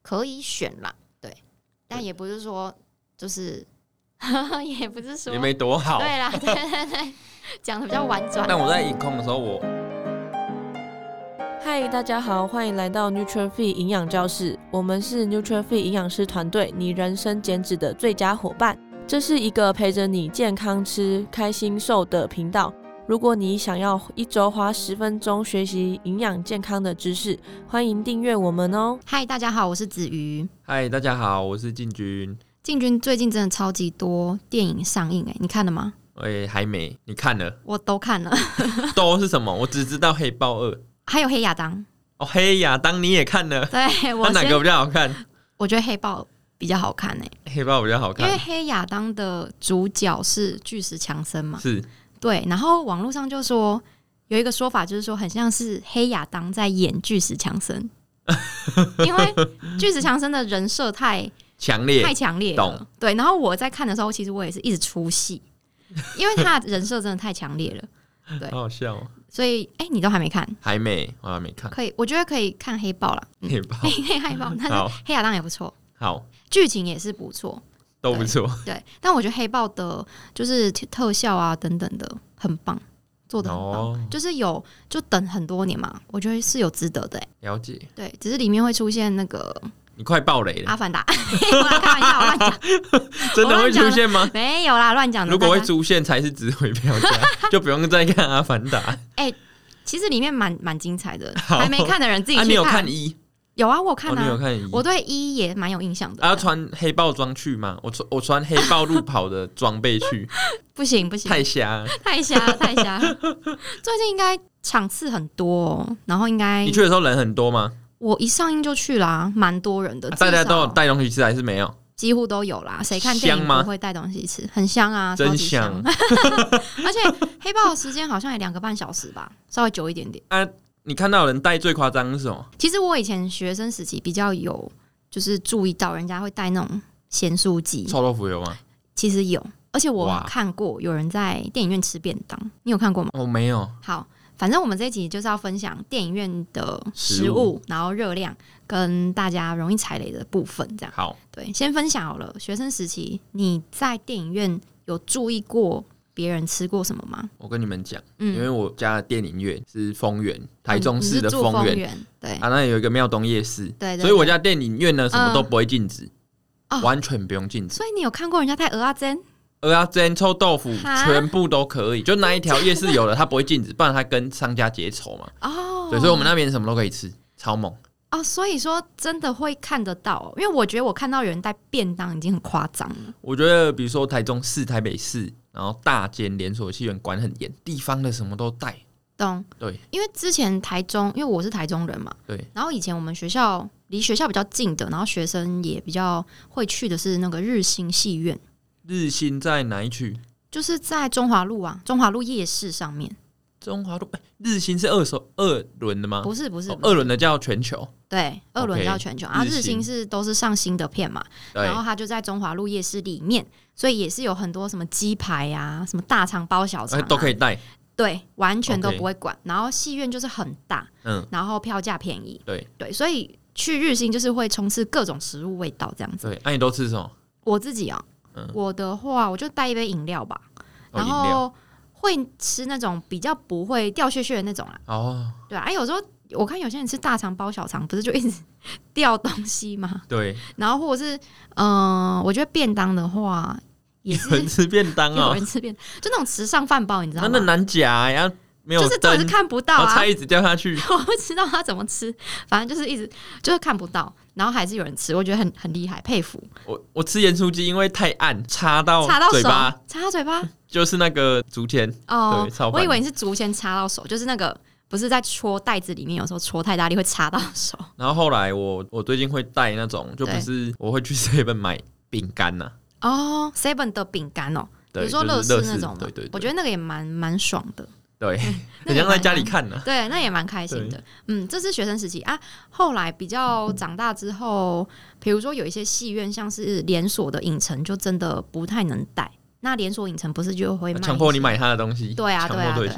可以选啦，对，但也不是说就是也不是说也没多好。 对啦，对，讲的比较婉转。 但我在饮控的时候， 嗨，大家好，欢迎来到 NutriFit 营养教室。我们是 NutriFit 营养师团队，你人生减脂的最佳伙伴。这是一个陪着你健康吃、开心瘦的频道。如果你想要一周花10分钟学习营养健康的知识，欢迎订阅我们哦。 嗨，大家好，我是子瑜。 嗨，大家好，我是进军。 进军最近真的超级多电影上映，你看了吗？ 还没，你看了？ 我都看了。 都是什么？我只知道黑豹2， 还有黑亚当。 哦，黑亚当你也看了？ 对， 那哪个比较好看？ 我觉得黑豹比较好看黑豹比较好看， 因为黑亚当的主角是巨石强森嘛。 是。 对，然后网络上就说有一个说法，就是说很像是黑亚当在演巨石强森，因为巨石强森的人设太强烈了。对，然后我在看的时候，其实我也是一直出戏，因为他的人设真的太强烈了。对， 好好笑哦。 所以，你都还没看？ 还没，我还没看。 可以，我觉得可以看黑豹啦。 黑豹， 黑豹，但是黑亚当也不错。 好， 剧情也是不错。 都不错， 对，但我觉得黑豹的就是特效啊等等的很棒，做的很棒，就是就等很多年嘛，我觉得是有值得的。 了解， 对，只是里面会出现那个你快爆雷了， 阿凡达，开玩笑，乱讲， 真的会出现吗？ 没有啦，乱讲的。 如果会出现才是值回票价，就不用再看阿凡达。 其实里面蛮精彩的，还没看的人自己去看。 你有看1？ 有啊，我有看啊， 你有看1？ 我对1也蛮有印象的。 要穿黑豹装去吗？我穿黑豹路跑的装备去， 不行， 太瞎， 太瞎。最近应该场次很多哦，然后应该你去的时候人很多吗？我一上映就去啦，蛮多人的。 大家都有带东西吃还是没有？ 几乎都有啦，谁看电影不会带东西吃？很香啊， 真香！ 而且黑豹的时间好像也2个半小时吧，稍微久一点点。 你看到有人带最夸张是什么？ 其实我以前学生时期比较有，就是注意到人家会带那种咸酥鸡、 臭豆腐有吗？ 其实有，而且我看过有人在电影院吃便当，你有看过吗？ 我没有。 好，反正我们这一集就是要分享电影院的食物，然后热量跟大家容易踩雷的部分，这样。 好， 对，先分享好了。学生时期你在电影院有注意过别人吃过什么吗？ 我跟你们讲，因为我家的电影院是丰原，台中市的丰原， 对那有一个庙东夜市， 对， 所以我家电影院呢什么都不会禁止，完全不用禁止。 所以你有看过人家带蚵仔煎？ 蚵仔煎、臭豆腐，全部都可以，就那一条夜市有了，它不会禁止，不然它跟商家结仇嘛。对，所以我们那边什么都可以吃，超猛。 所以说真的会看得到，因为我觉得我看到有人带便当已经很夸张了。 我觉得比如说台中市、台北市，然后大间连锁戏院管很严，地方的什么都带。 懂。 对， 因为之前台中，因为我是台中人嘛， 对。 然后以前我们学校离学校比较近的，然后学生也比较会去的是那个日新戏院。 日新在哪一区？ 就是在中华路啊，中华路夜市上面。 中华路日新是二轮的吗？ 不是 ，2轮的叫全球。 对，2轮叫全球啊。日新都是上新的片嘛，然后它就在中华路夜市里面，所以也是有很多什么鸡排啊，什么大肠包小肠都可以带。 对，完全都不会管。然后戏院就是很大，然后票价便宜。对，所以去日新就是会充斥各种食物味道这样子。 对，那你都吃什么？ 我自己我的话我就带一杯饮料吧，然后会吃那种比较不会掉屑屑的那种啦。对啊，有时候我看有些人吃大肠包小肠，不是就一直掉东西吗？ 对。 然后或者是我觉得便当的话也是有人吃便当有人吃便当，就那种时尚饭包，你知道吗？ 那难夹呀，没有灯， 就是看不到菜一直掉下去。 我不知道他怎么吃，反正就是一直就是看不到，然后还是有人吃，我觉得很厉害，佩服。 我吃盐酥鸡，因为太暗，插到嘴巴， 插到嘴巴， 就是那个竹签对，超烦。 我以为你是竹签插到手，就是那个不是在戳袋子里面，有时候戳太大力会插到手。 然后后来我最近会带那种，就不是我会去 7-Eleven 买饼干呐。 7 的饼干比如说乐事那种的，我觉得那个也蛮爽的。 对，很像在家里看呢。 对，那也蛮开心的。这是学生时期啊。后来比较长大之后，比如说有一些戏院，像是连锁的影城，就真的不太能带。那连锁影城不是就会卖强迫你买他的东西？ 对啊， 强迫推销。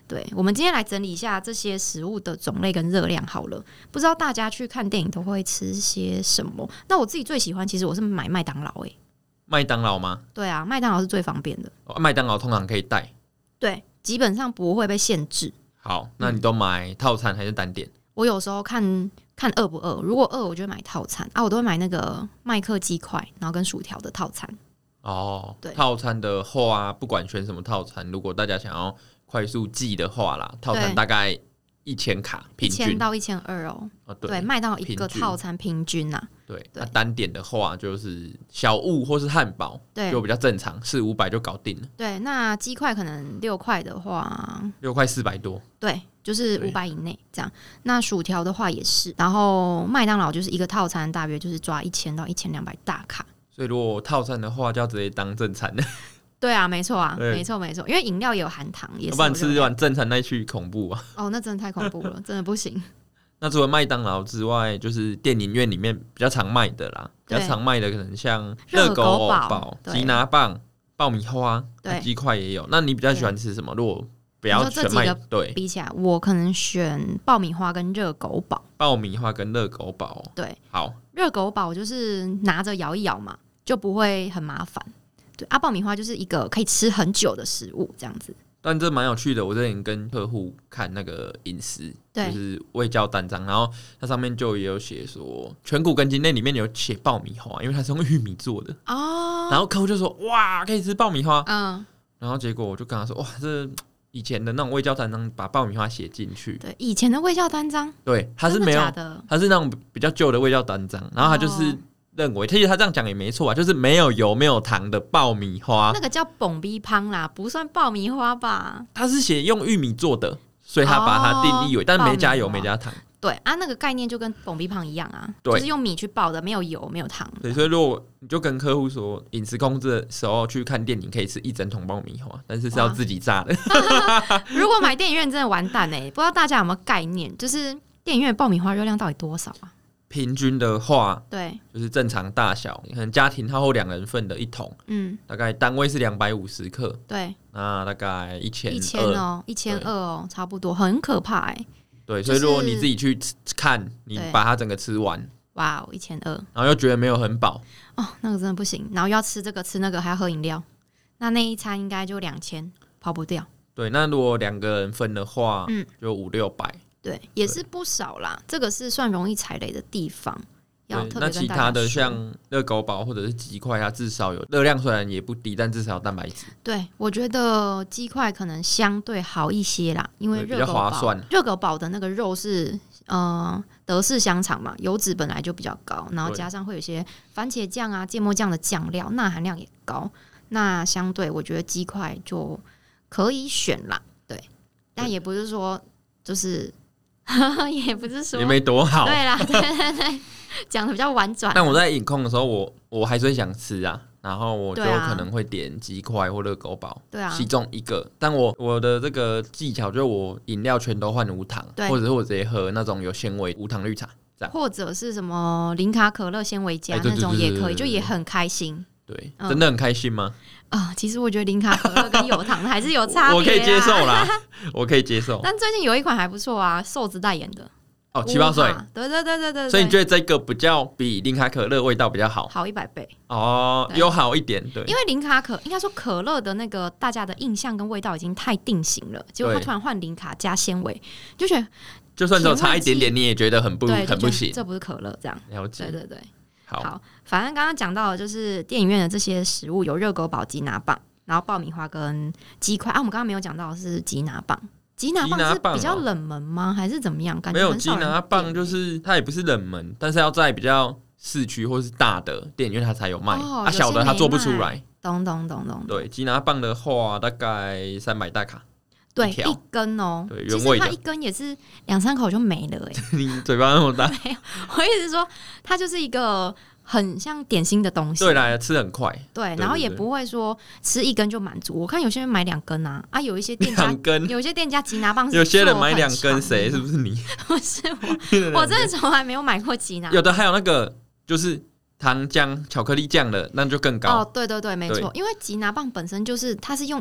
对，我们今天来整理一下这些食物的种类跟热量好了。不知道大家去看电影都会吃些什么？那我自己最喜欢，其实我是买麦当劳。 麦当劳吗？ 对啊，麦当劳是最方便的。 麦当劳通常可以带， 对，基本上不会被限制。 好，那你都买套餐还是单点？ 我有时候看饿不饿，如果饿我就会买套餐啊，我都会买那个麦克鸡块，然后跟薯条的套餐。 哦，对，套餐的话，不管选什么套餐，如果大家想要快速记的话啦，套餐大概1000卡，平均 1000到1200哦。对，麦当劳一个套餐平均啊。 对，那单点的话就是小物或是汉堡，就比较正常，400-500就搞定了。 对，那鸡块可能6块的话 ，6块400多。 对，就是500以内这样。那薯条的话也是，然后麦当劳就是一个套餐大约就是抓1000到1200大卡。 所以如果套餐的话，就要直接当正餐了。 对啊，没错啊，没错，因为饮料也有含糖，也是。 要不然吃完正餐那去恐怖啊！ 哦，那真的太恐怖了，真的不行。 那除了麦当劳之外，就是电影院里面比较常卖的啦，比较常卖的可能像热狗堡、吉拿棒、爆米花、鸡块也有。那你比较喜欢吃什么？如果不要选麦，对， 比起来，我可能选爆米花跟热狗堡。 爆米花跟热狗堡， 对， 好。 热狗堡就是拿着摇一摇嘛，就不会很麻烦。对啊，爆米花就是一个可以吃很久的食物，这样子。 但这蛮有趣的，我之前跟客户看那个饮食，就是卫教单张，然后它上面就也有写说，全谷根茎类里面有写爆米花，因为它是用玉米做的哦。然后客户就说：“哇，可以吃爆米花。”然后结果我就跟他说：“哇，这以前的那种卫教单张把爆米花写进去。” 对，以前的卫教单张， 对，它是没有的，它是那种比较旧的卫教单张，然后它就是认为，其实他这样讲也没错啊，就是没有油没有糖的爆米花， 那个叫蹦逼胖啦，不算爆米花吧？ 他是写用玉米做的，所以他把它定义为，但没加油没加糖。 对啊，那个概念就跟蹦逼胖一样啊，就是用米去爆的，没有油没有糖。 对，所以如果你就跟客户说，饮食控制的时候去看电影可以吃1整桶爆米花，但是是要自己炸的。 如果买电影院真的完蛋欸，不知道大家有没有概念，就是电影院的爆米花热量到底多少啊？ 平均的话， 对， 就是正常大小，可能家庭号或2人份的一桶，大概单位是250克， 对， 那大概1200 哦，1200哦，差不多，很可怕欸。 对，所以如果你自己去看，你把它整个吃完， 哇，1200， 然后又觉得没有很饱， 哦，那个真的不行，然后又要吃这个吃那个，还要喝饮料，那一餐应该就2000，跑不掉。 对，那如果2个人分的话，就500-600。 对，也是不少啦。这个是算容易踩雷的地方，要特别跟大家说。 那其他的像热狗堡或者是鸡块，它至少有热量，虽然也不低，但至少有蛋白质。 对，我觉得鸡块可能相对好一些啦，因为比较划算。 热狗堡的那个肉是德式香肠嘛，油脂本来就比较高，然后加上会有一些番茄酱啊、芥末酱的酱料，钠含量也高。那相对我觉得鸡块就可以选啦，对，但也不是说就是。也不是说也没多好， 对啦，对，讲的比较婉转。 但我在饮控的时候，我还是会想吃啊，然后我就可能会点鸡块或热狗堡， 对啊， 其中一个。但我的这个技巧就是我饮料全都换无糖，或者是我直接喝那种有纤维无糖绿茶，这样， 或者是什么零卡可乐纤维加那种也可以，就也很开心。 对，真的很开心吗？ 其实我觉得零卡可乐跟有糖的还是有差别， 我可以接受啦，我可以接受。 但最近有一款还不错啊，瘦子代言的 ，7、8岁， 对， 所以你觉得这个比较比零卡可乐味道比较好 100倍哦，有好一点，对， 因为零卡应该说可乐的那个大家的印象跟味道已经太定型了，结果他突然换零卡加纤维，就觉得就算只有差一点点，你也觉得很不行， 这不是可乐这样， 了解， 对。好，反正刚刚讲到的就是电影院的这些食物，有热狗堡、吉拿棒，然后爆米花跟鸡块啊。我们刚刚没有讲到的是吉拿棒，吉拿棒是比较冷门吗？还是怎么样？感觉没有，吉拿棒就是它也不是冷门，但是要在比较市区或是大的电影院它才有卖，小的它做不出来。 懂。 对，吉拿棒的话大概300大卡。 对，一根哦， 对，原味的， 其实它一根也是2-3口就没了你嘴巴那么大？ 没有，我意思是说，它就是一个很像点心的东西。 对啦，吃很快。 对，然后也不会说吃1根就满足。我看有些人买2根啊，有一些店家 2根， 有些店家吉拿棒是有些人买2根，谁是不是你？ 不是我真的从来没有买过吉拿。 有的还有那个就是糖浆、巧克力酱的，那就更高。 对，没错，因为吉拿棒本身就是它是用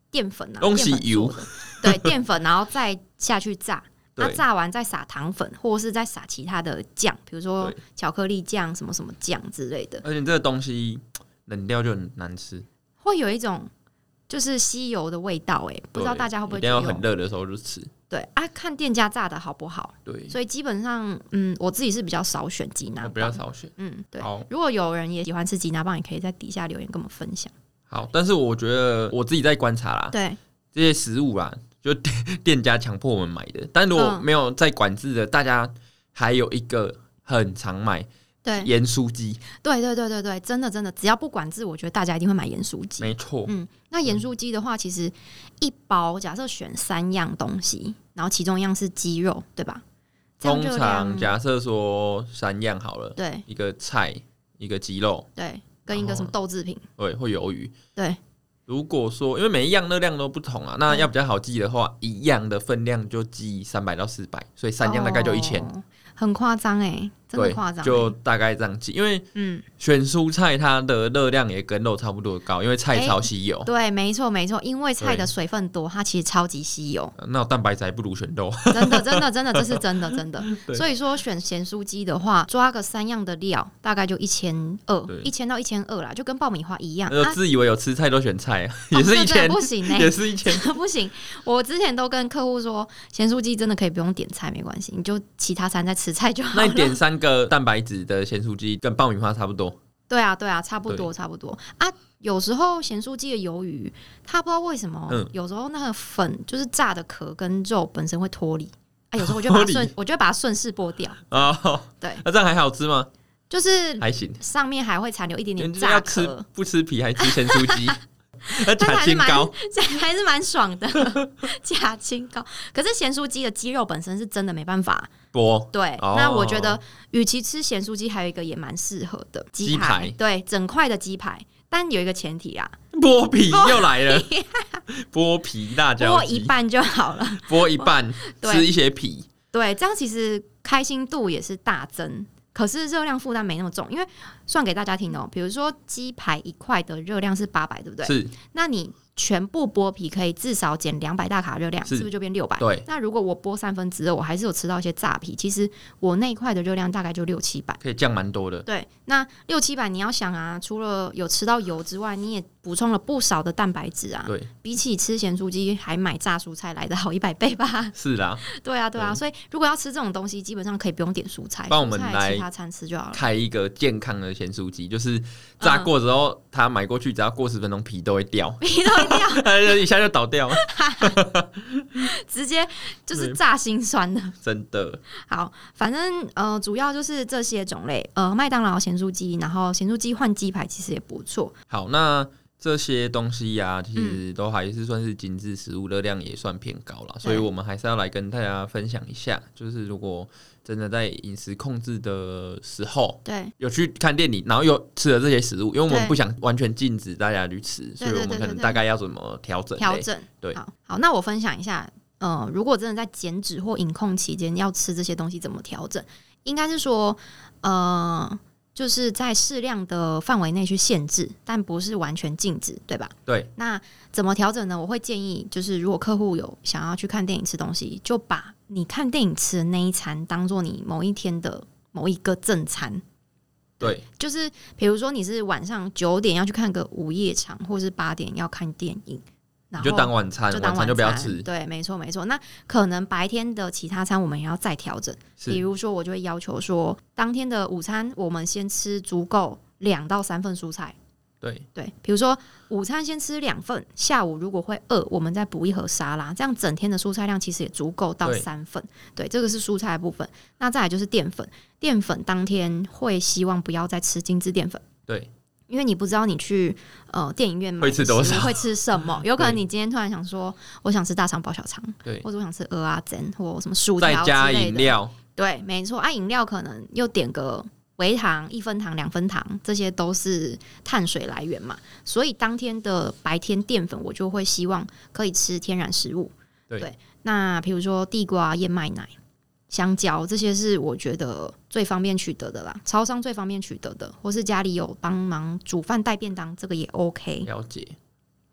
淀粉啊， 东西油， 对，淀粉，然后再下去炸。那炸完再撒糖粉，或者是再撒其他的酱，比如说巧克力酱、什么什么酱之类的。 而且这个东西冷掉就很难吃， 会有一种就是吸油的味道，不知道大家会不会觉得？ 一定要很热的时候就吃。 对啊，看店家炸的好不好。 对， 所以基本上，我自己是比较少选吉拿棒， 比较少选。 对。如果有人也喜欢吃吉拿棒，也可以在底下留言跟我们分享。 好，但是我觉得我自己在观察啦， 对这些食物啦。就店家强迫我们买的，但如果没有在管制的，大家还有一个很常买盐酥鸡。 对，真的，只要不管制，我觉得大家一定会买盐酥鸡。 没错， 那盐酥鸡的话，其实一包假设选3样东西，然后其中一样是鸡肉，对吧？ 通常假设说3样好了， 对， 一个菜，一个鸡肉， 对，跟一个什么豆制品， 对，会鱿鱼， 对。 如果说因为每一样热量都不同啊，那要比较好记的话，一样的分量就记300到400，所以3样大概就1000， 很夸张真的夸张， 就大概这样记。因为选蔬菜它的热量也跟肉差不多高，因为菜超吸油。 对，没错，因为菜的水分多，它其实超级吸油。 那有蛋白质还不如选肉。 真的，这是真的。所以说选咸酥鸡的话，抓个3样的料，大概就1200，1000到1200啦，就跟爆米花一样。 自以为有吃菜都选菜，也是1000， 不行也是1000， 不行。我之前都跟客户说，咸酥鸡真的可以不用点菜，没关系，你就其他餐再吃菜就好了。 那你点3个蛋白质的咸酥鸡，跟爆米花差不多。 对啊，差不多啊。有时候咸酥鸡的鱿鱼，它不知道为什么，有时候那个粉就是炸的壳跟肉本身会脱离啊。有时候我就把它顺势剥掉。对， 那这样还好吃吗？ 就是还行， 上面还会残留一点点炸壳。 不吃皮还吃咸酥鸡。 假清高还是蛮爽的，假清高。可是咸酥鸡的鸡肉本身是真的没办法剥。 对，那我觉得与其吃咸酥鸡，还有一个也蛮适合的鸡排。对，整块的鸡排，但有一个前提啦， 剥皮又来了，剥皮辣椒剥一半就好了， 剥一半吃一些皮。 对，这样其实开心度也是大增。可是热量负担没那么重，因为算给大家听比如说鸡排1块的热量是800，对不对？ 是。那你全部剥皮可以至少减200大卡热量，是不是就变600？ 对。 那如果我剥2/3，我还是有吃到一些炸皮，其实我那一块的热量大概就600-700， 可以降蛮多的。 对，那600-700你要想啊，除了有吃到油之外，你也补充了不少的蛋白质啊。 对， 比起吃咸酥鸡还买炸蔬菜来的好100倍吧？ 是啦。 对啊，所以如果要吃这种东西，基本上可以不用点蔬菜， 帮我们来其他餐吃就好了。 开一个健康的咸酥鸡，就是炸过之后，他买过去只要过10分钟，皮都会掉，一下就倒掉了， 直接就是炸心酸的， 真的。 好，反正主要就是这些种类，麦当劳咸酥鸡，然后咸酥鸡换鸡排其实也不错。 好，那这些东西啊，其实都还是算是精致食物，热量也算偏高啦，所以我们还是要来跟大家分享一下，就是如果真的在饮食控制的时候， 对， 有去看店里，然后又吃了这些食物，因为我们不想完全禁止大家去吃，所以我们可能大概要怎么调整？对， 好，那我分享一下，如果真的在减脂或饮控期间要吃这些东西，怎么调整？应该是说，就是在适量的范围内去限制，但不是完全禁止，对吧？ 对。 那怎么调整呢？我会建议，就是如果客户有想要去看电影吃东西，就把你看电影吃的那一餐当做你某一天的某一个正餐。 对， 就是比如说你是晚上9点要去看个午夜场，或是8点要看电影。 你就当晚餐，晚餐就不要吃。 对，没错。那可能白天的其他餐我们也要再调整，比如说我就会要求说，当天的午餐我们先吃足够2到3份蔬菜。对，比如说午餐先吃2份，下午如果会饿，我们再补1盒沙拉，这样整天的蔬菜量其实也足够到3份。对，这个是蔬菜的部分。那再来就是淀粉，淀粉当天会希望不要再吃精致淀粉。 对。 因为你不知道你去电影院买会吃多少， 会吃什么，有可能你今天突然想说，我想吃大肠包小肠，对，或者我想吃蚵仔煎或什么薯条之类的，再加饮料， 对，没错啊，饮料可能又点个微糖、1分糖、2分糖，这些都是碳水来源嘛，所以当天的白天淀粉我就会希望可以吃天然食物，对，那比如说地瓜、燕麦奶。香蕉这些是我觉得最方便取得的啦，超商最方便取得的，或是家里有帮忙煮饭带便当，这个也 OK。 了解。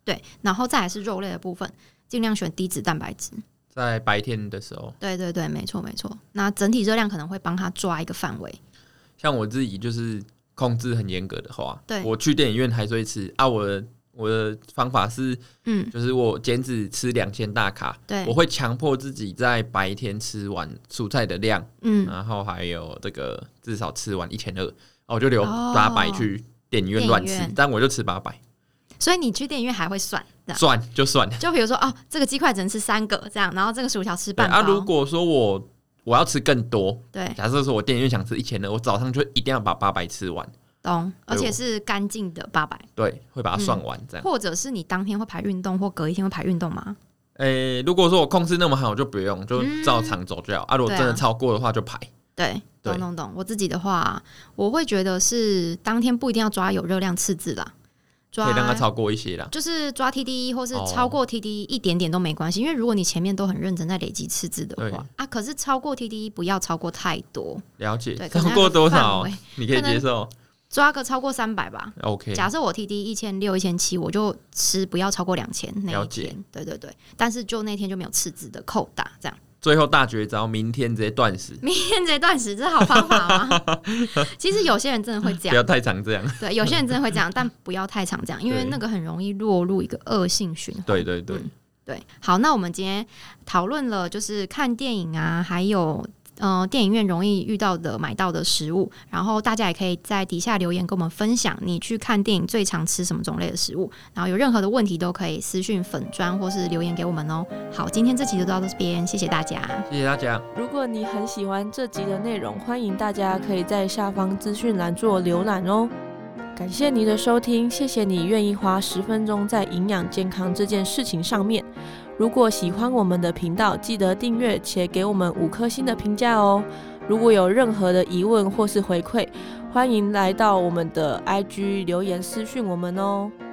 对，然后再来是肉类的部分，尽量选低脂蛋白质。 在白天的时候， 对对对，没错没错。那整体热量可能会帮他抓一个范围。 像我自己就是控制很严格的话， 对， 我去电影院还是会吃啊。我的方法是，就是我减脂吃2000大卡，对，我会强迫自己在白天吃完蔬菜的量，然后还有这个至少吃完1200，我就留800去电影院乱吃，但我就吃800。 所以你去电影院还会算就算， 就比如说这个鸡块只能吃3个这样，然后这个薯条吃半包。 如果说我要吃更多， 对， 假设说我电影院想吃1200，我早上就一定要把800吃完。 懂，而且是干净的800。 对，会把它算完这样。 或者是你当天会排运动，或隔一天会排运动吗？ 如果说我控制那么好，我就不用，就照常走就好。如果真的超过的话，就排。 对，懂。我自己的话，我会觉得是当天不一定要抓有热量赤字啦。 可以让它超过一些啦， 就是抓 TDE 或是超过 TDE 一点点都没关系，因为如果你前面都很认真在累积赤字的话可是超过 TDE 不要超过太多。 了解，超过多少你可以接受？ 抓个超过300吧。 OK， 假设我 TDE 1600、1700，我就吃不要超过2000那一天。对，但是就那天就没有赤字的扣打这样。 最后大绝招，明天直接断食。 明天直接断食，这是好方法吗？其实有些人真的会这样， 不要太常这样。 对，有些人真的会这样，但不要太常这样，因为那个很容易落入一个恶性循环。对。好，那我们今天讨论了就是看电影啊，还有电影院容易遇到的买到的食物，然后大家也可以在底下留言跟我们分享你去看电影最常吃什么种类的食物，然后有任何的问题都可以私讯粉专或是留言给我们哦。好，今天这期就到这边，谢谢大家。 谢谢大家。 如果你很喜欢这集的内容，欢迎大家可以在下方资讯栏做浏览哦。感谢你的收听，谢谢你愿意花10分钟在营养健康这件事情上面。如果喜欢我们的频道，记得订阅且给我们5颗星的评价哦。如果有任何的疑问或是回馈，欢迎来到我们的 IG 留言私讯我们哦。